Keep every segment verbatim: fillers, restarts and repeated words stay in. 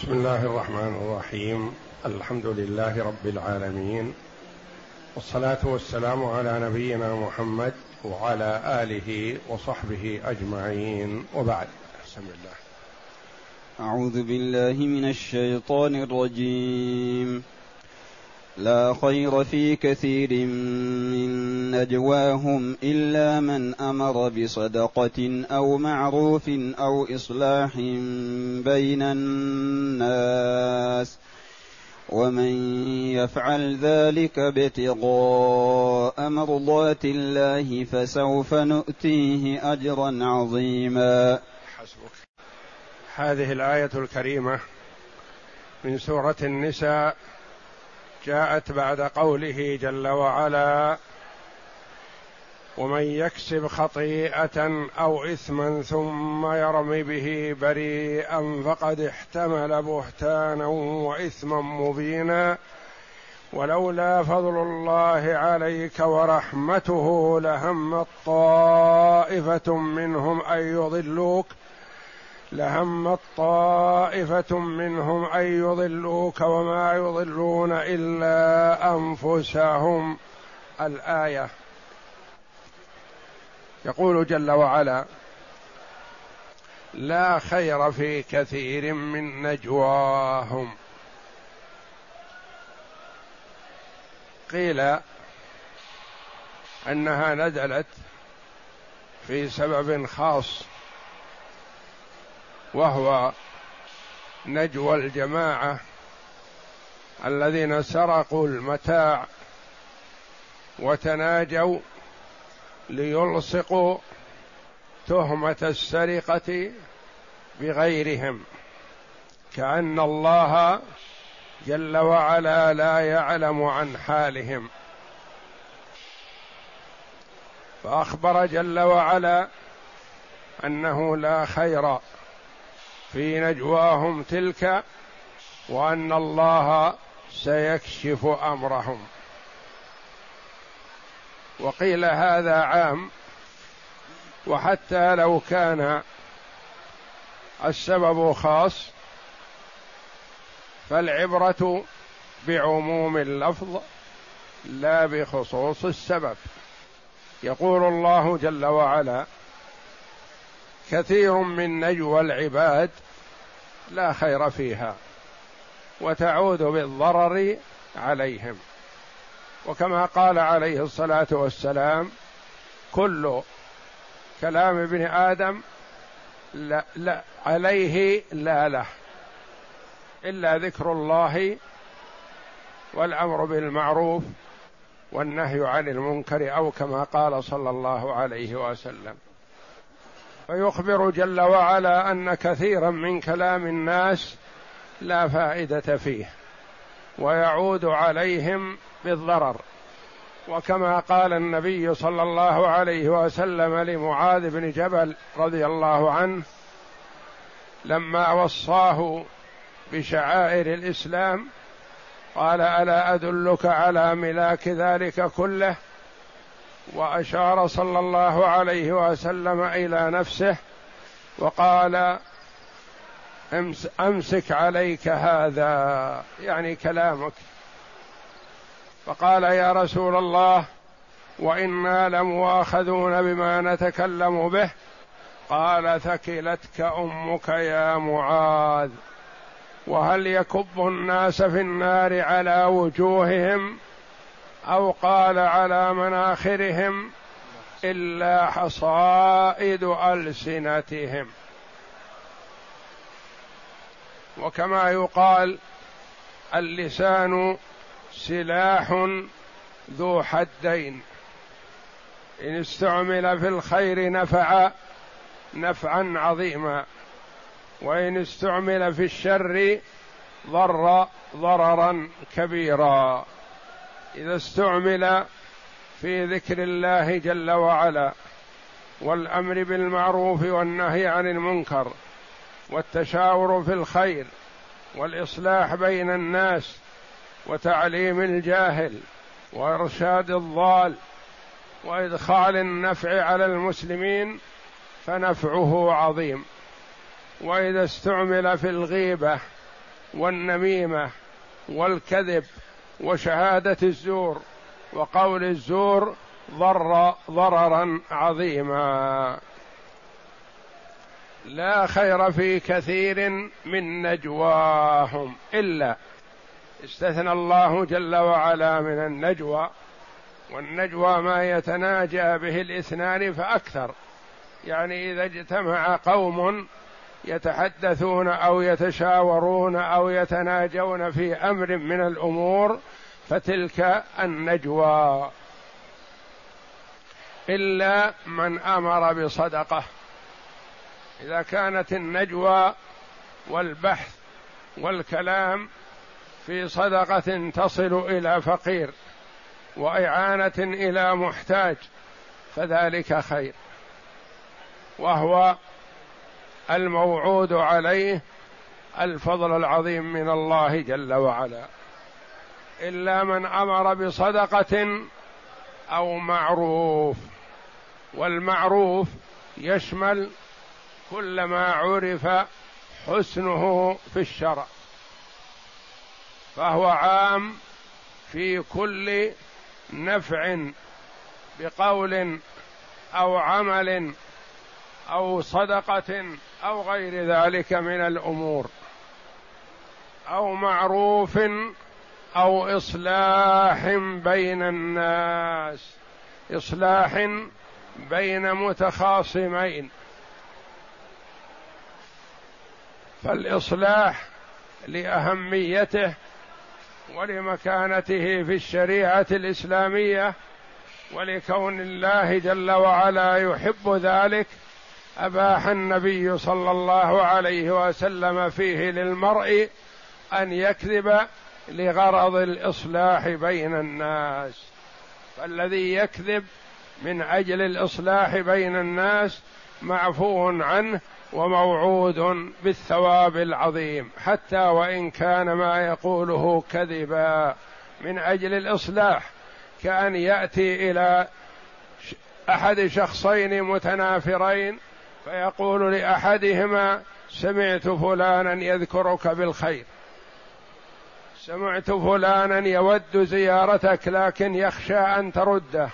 بسم الله الرحمن الرحيم. الحمد لله رب العالمين، والصلاة والسلام على نبينا محمد وعلى آله وصحبه أجمعين، وبعد. بسم الله. أعوذ بالله من الشيطان الرجيم. لا خير في كثير من نجواهم إلا من أمر بصدقة أو معروف أو إصلاح بين الناس، ومن يفعل ذلك ابتغاء مرضات الله فسوف نؤتيه أجرا عظيما. حسبك. هذه الآية الكريمة من سورة النساء جاءت بعد قوله جل وعلا: ومن يكسب خطيئة أو إثما ثم يرم به بريئا فقد احتمل بهتانا وإثما مبينا ولولا فضل الله عليك ورحمته لهمت طائفة منهم أن يضلوك لهمت طائفة منهم أن يضلوك وما يضلون إلا أنفسهم. الآية. يقول جل وعلا: لا خير في كثير من نجواهم. قيل أنها نزلت في سبب خاص، وهو نجوى الجماعة الذين سرقوا المتاع وتناجوا ليلصقوا تهمة السرقة بغيرهم، كأن الله جل وعلا لا يعلم عن حالهم، فأخبر جل وعلا أنه لا خير في نجواهم تلك، وأن الله سيكشف أمرهم. وقيل هذا عام، وحتى لو كان السبب خاص فالعبرة بعموم اللفظ لا بخصوص السبب. يقول الله جل وعلا: كثير من نجوى العباد لا خير فيها وتعود بالضرر عليهم. وكما قال عليه الصلاة والسلام: كل كلام ابن آدم لا لا عليه لا له إلا ذكر الله والأمر بالمعروف والنهي عن المنكر، أو كما قال صلى الله عليه وسلم. فيخبر جل وعلا أن كثيرا من كلام الناس لا فائدة فيه ويعود عليهم بالضرر. وكما قال النبي صلى الله عليه وسلم لمعاذ بن جبل رضي الله عنه لما وصاه بشعائر الإسلام، قال: ألا أدلك على ملاك ذلك كله؟ وأشار صلى الله عليه وسلم إلى نفسه وقال: أمسك عليك هذا، يعني كلامك. فقال: يا رسول الله، وإنا لمؤاخذون بما نتكلم به. قال: ثكلتك أمك يا معاذ، وهل يكب الناس في النار على وجوههم أو قال على مناخرهم إلا حصائد ألسنتهم. وكما يقال: اللسان سلاح ذو حدين، إن استعمل في الخير نفع نفعا عظيما، وإن استعمل في الشر ضر ضررا كبيرا. إذا استعمل في ذكر الله جل وعلا والأمر بالمعروف والنهي عن المنكر والتشاور في الخير والإصلاح بين الناس وتعليم الجاهل وإرشاد الضال وإدخال النفع على المسلمين فنفعه عظيم. وإذا استعمل في الغيبة والنميمة والكذب وشهادة الزور وقول الزور ضر ضررا عظيما. لا خير في كثير من نجواهم إلا، استثنى الله جل وعلا من النجوى، والنجوى ما يتناجى به الاثنان فأكثر، يعني إذا اجتمع قوم يتحدثون أو يتشاورون أو يتناجون في أمر من الأمور فتلك النجوى. إلا من أمر بصدقة، إذا كانت النجوى والبحث والكلام في صدقة تصل إلى فقير وإعانة إلى محتاج فذلك خير، وهو الموعود عليه الفضل العظيم من الله جل وعلا. إلا من أمر بصدقة أو معروف، والمعروف يشمل كل ما عرف حسنه في الشرع، فهو عام في كل نفع بقول أو عمل أو صدقة أو غير ذلك من الأمور، أو معروف أو إصلاح بين الناس، إصلاح بين متخاصمين. فالإصلاح لأهميته ولمكانته في الشريعة الإسلامية ولكون الله جل وعلا يحب ذلك، أباح النبي صلى الله عليه وسلم فيه للمرء أن يكذب لغرض الإصلاح بين الناس. فالذي يكذب من أجل الإصلاح بين الناس معفو عنه وموعود بالثواب العظيم، حتى وإن كان ما يقوله كذبا من أجل الإصلاح، كأن يأتي إلى أحد شخصين متنافرين فيقول لأحدهما: سمعت فلانا يذكرك بالخير، سمعت فلانا يود زيارتك لكن يخشى أن ترده،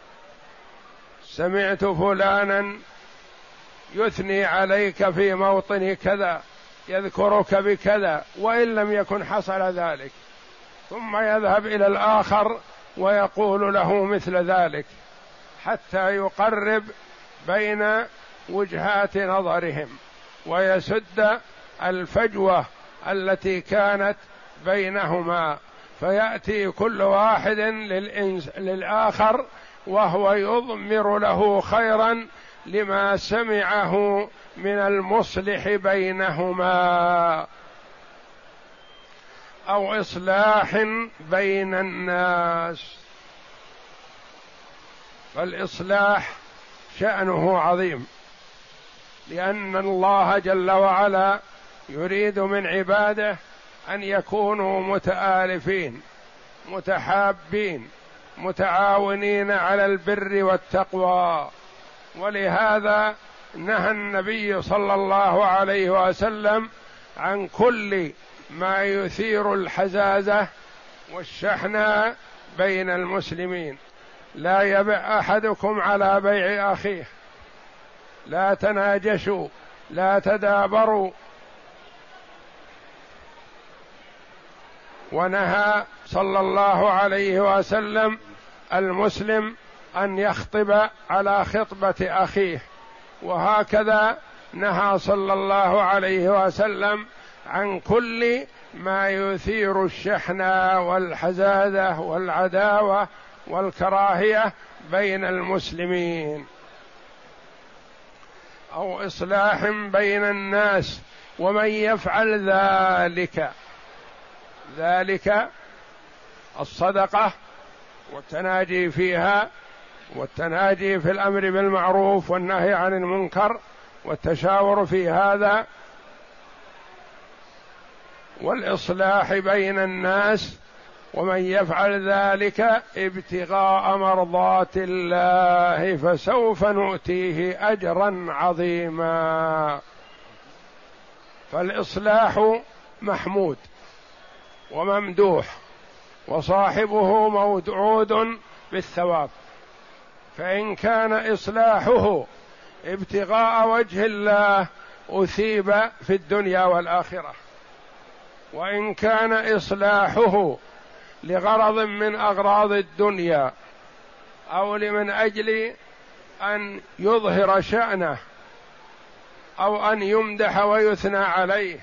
سمعت فلانا يثني عليك في موطن كذا، يذكرك بكذا، وإن لم يكن حصل ذلك، ثم يذهب إلى الآخر ويقول له مثل ذلك حتى يقرب بين وجهات نظرهم ويسد الفجوة التي كانت بينهما، فيأتي كل واحد للإنس للآخر وهو يضمر له خيرا لما سمعه من المصلح بينهما، أو إصلاح بين الناس. فالإصلاح شأنه عظيم، لأن الله جل وعلا يريد من عباده أن يكونوا متآلفين متحابين متعاونين على البر والتقوى. ولهذا نهى النبي صلى الله عليه وسلم عن كل ما يثير الحزازة والشحناء بين المسلمين. لا يبع أحدكم على بيع أخيه، لا تناجشوا، لا تدابروا. ونهى صلى الله عليه وسلم المسلم أن يخطب على خطبة أخيه، وهكذا نهى صلى الله عليه وسلم عن كل ما يثير الشحنة والحزازة والعداوة والكراهية بين المسلمين، أو إصلاح بين الناس. ومن يفعل ذلك، ذلك الصدقة والتناجي فيها، والتناجي في الأمر بالمعروف والنهي عن المنكر والتشاور في هذا، والإصلاح بين الناس. ومن يفعل ذلك ابتغاء مرضات الله فسوف نؤتيه أجرا عظيما. فالإصلاح محمود وممدوح وصاحبه موعود بالثواب، فإن كان إصلاحه ابتغاء وجه الله أثيب في الدنيا والآخرة، وإن كان إصلاحه لغرض من أغراض الدنيا أو لمن أجل أن يظهر شأنه أو أن يمدح ويثنى عليه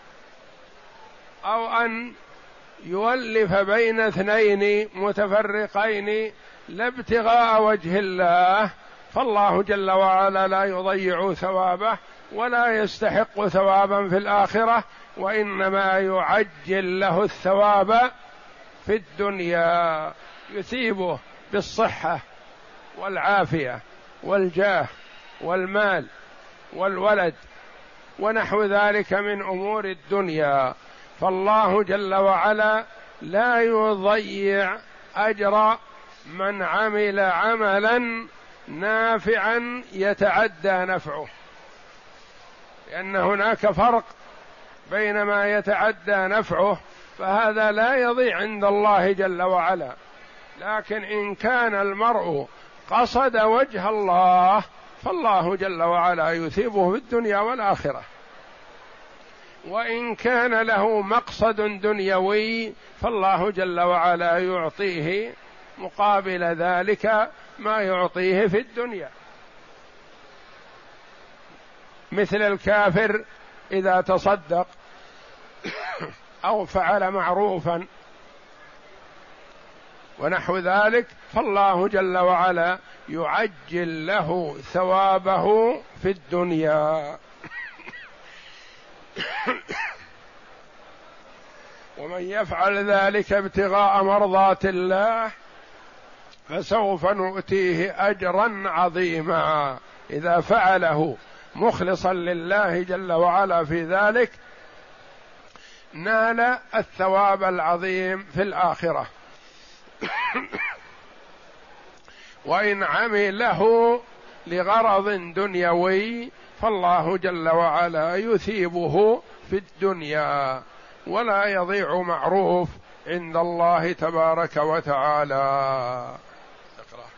أو أن يؤلف بين اثنين متفرقين لا ابتغاء وجه الله، فالله جل وعلا لا يضيع ثوابه ولا يستحق ثوابا في الآخرة، وإنما يعجل له الثواب في الدنيا، يثيبه بالصحة والعافية والجاه والمال والولد ونحو ذلك من أمور الدنيا. فالله جل وعلا لا يضيع أجر من عمل عملا نافعا يتعدى نفعه، لأن هناك فرق بين ما يتعدى نفعه فهذا لا يضيع عند الله جل وعلا، لكن إن كان المرء قصد وجه الله فالله جل وعلا يثيبه في الدنيا والآخرة، وإن كان له مقصد دنيوي فالله جل وعلا يعطيه مقابل ذلك ما يعطيه في الدنيا، مثل الكافر إذا تصدق أو فعل معروفا ونحو ذلك فالله جل وعلا يعجل له ثوابه في الدنيا. ومن يفعل ذلك ابتغاء مرضات الله فسوف نؤتيه أجرا عظيما. إذا فعله مخلصا لله جل وعلا في ذلك نال الثواب العظيم في الآخرة. وإن عمله لغرض دنيوي فالله جل وعلا يثيبه في الدنيا، ولا يضيع معروف عند الله تبارك وتعالى. اقرأ.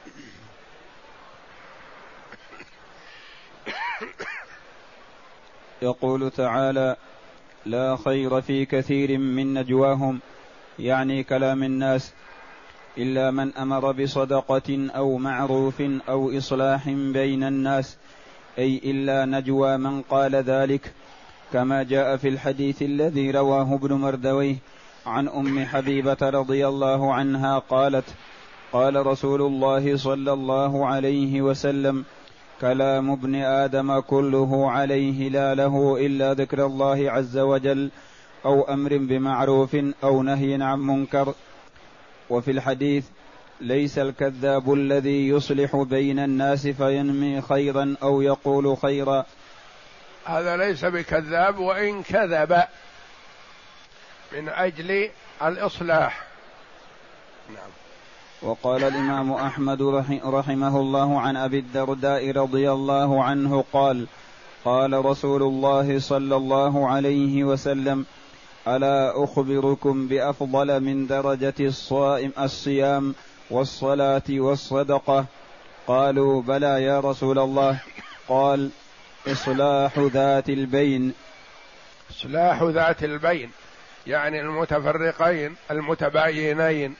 يقول تعالى: لا خير في كثير من نجواهم، يعني كلام الناس، إلا من أمر بصدقة أو معروف أو إصلاح بين الناس، أي إلا نجوى من قال ذلك، كما جاء في الحديث الذي رواه ابن مردويه عن أم حبيبة رضي الله عنها قالت: قال رسول الله صلى الله عليه وسلم: كلام ابن آدم كله عليه لا له إلا ذكر الله عز وجل أو أمر بمعروف أو نهي عن منكر. وفي الحديث: ليس الكذاب الذي يصلح بين الناس فينمي خيرا أو يقول خيرا. هذا ليس بكذاب وإن كذب من أجل الإصلاح. نعم. وقال الإمام أحمد رحمه الله عن أبي الدرداء رضي الله عنه قال: قال رسول الله صلى الله عليه وسلم: ألا أخبركم بأفضل من درجة الصائم الصيام والصلاة والصدقة؟ قالوا: بلى يا رسول الله. قال: إصلاح ذات البين. إصلاح ذات البين يعني المتفرقين المتباينين،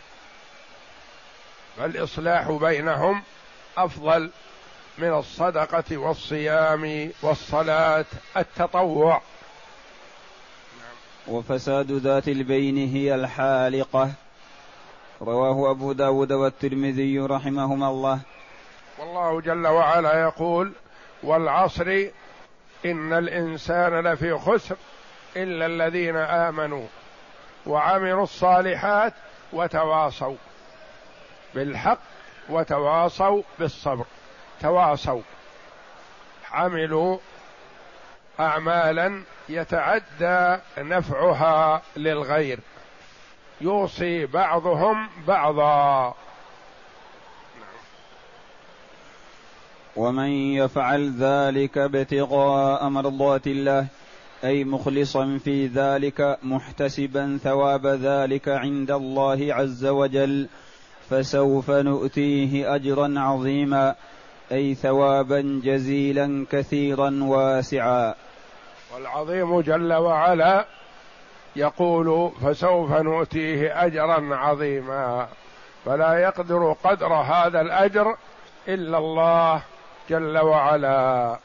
فالإصلاح بينهم أفضل من الصدقة والصيام والصلاة التطوع. وفساد ذات البين هي الحالقة. رواه أبو داود والترمذي رحمهما الله. والله جل وعلا يقول: والعصر إن الإنسان لفي خسر إلا الذين آمنوا وعملوا الصالحات وتواصوا بالحق وتواصوا بالصبر. تواصوا، عملوا أعمالا يتعدى نفعها للغير، يوصي بعضهم بعضا. ومن يفعل ذلك ابتغاء مرضات الله، أي مخلصا في ذلك محتسبا ثواب ذلك عند الله عز وجل، فسوف نؤتيه أجرا عظيما، أي ثوابا جزيلا كثيرا واسعا. والعظيم جل وعلا يقول فسوف نؤتيه أجرا عظيما، فلا يقدر قدر هذا الأجر إلا الله جل وعلا.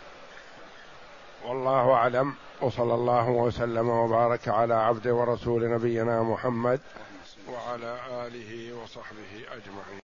والله أعلم، وصلى الله وسلم وبارك على عبده ورسول نبينا محمد وعلى آله وصحبه أجمعين.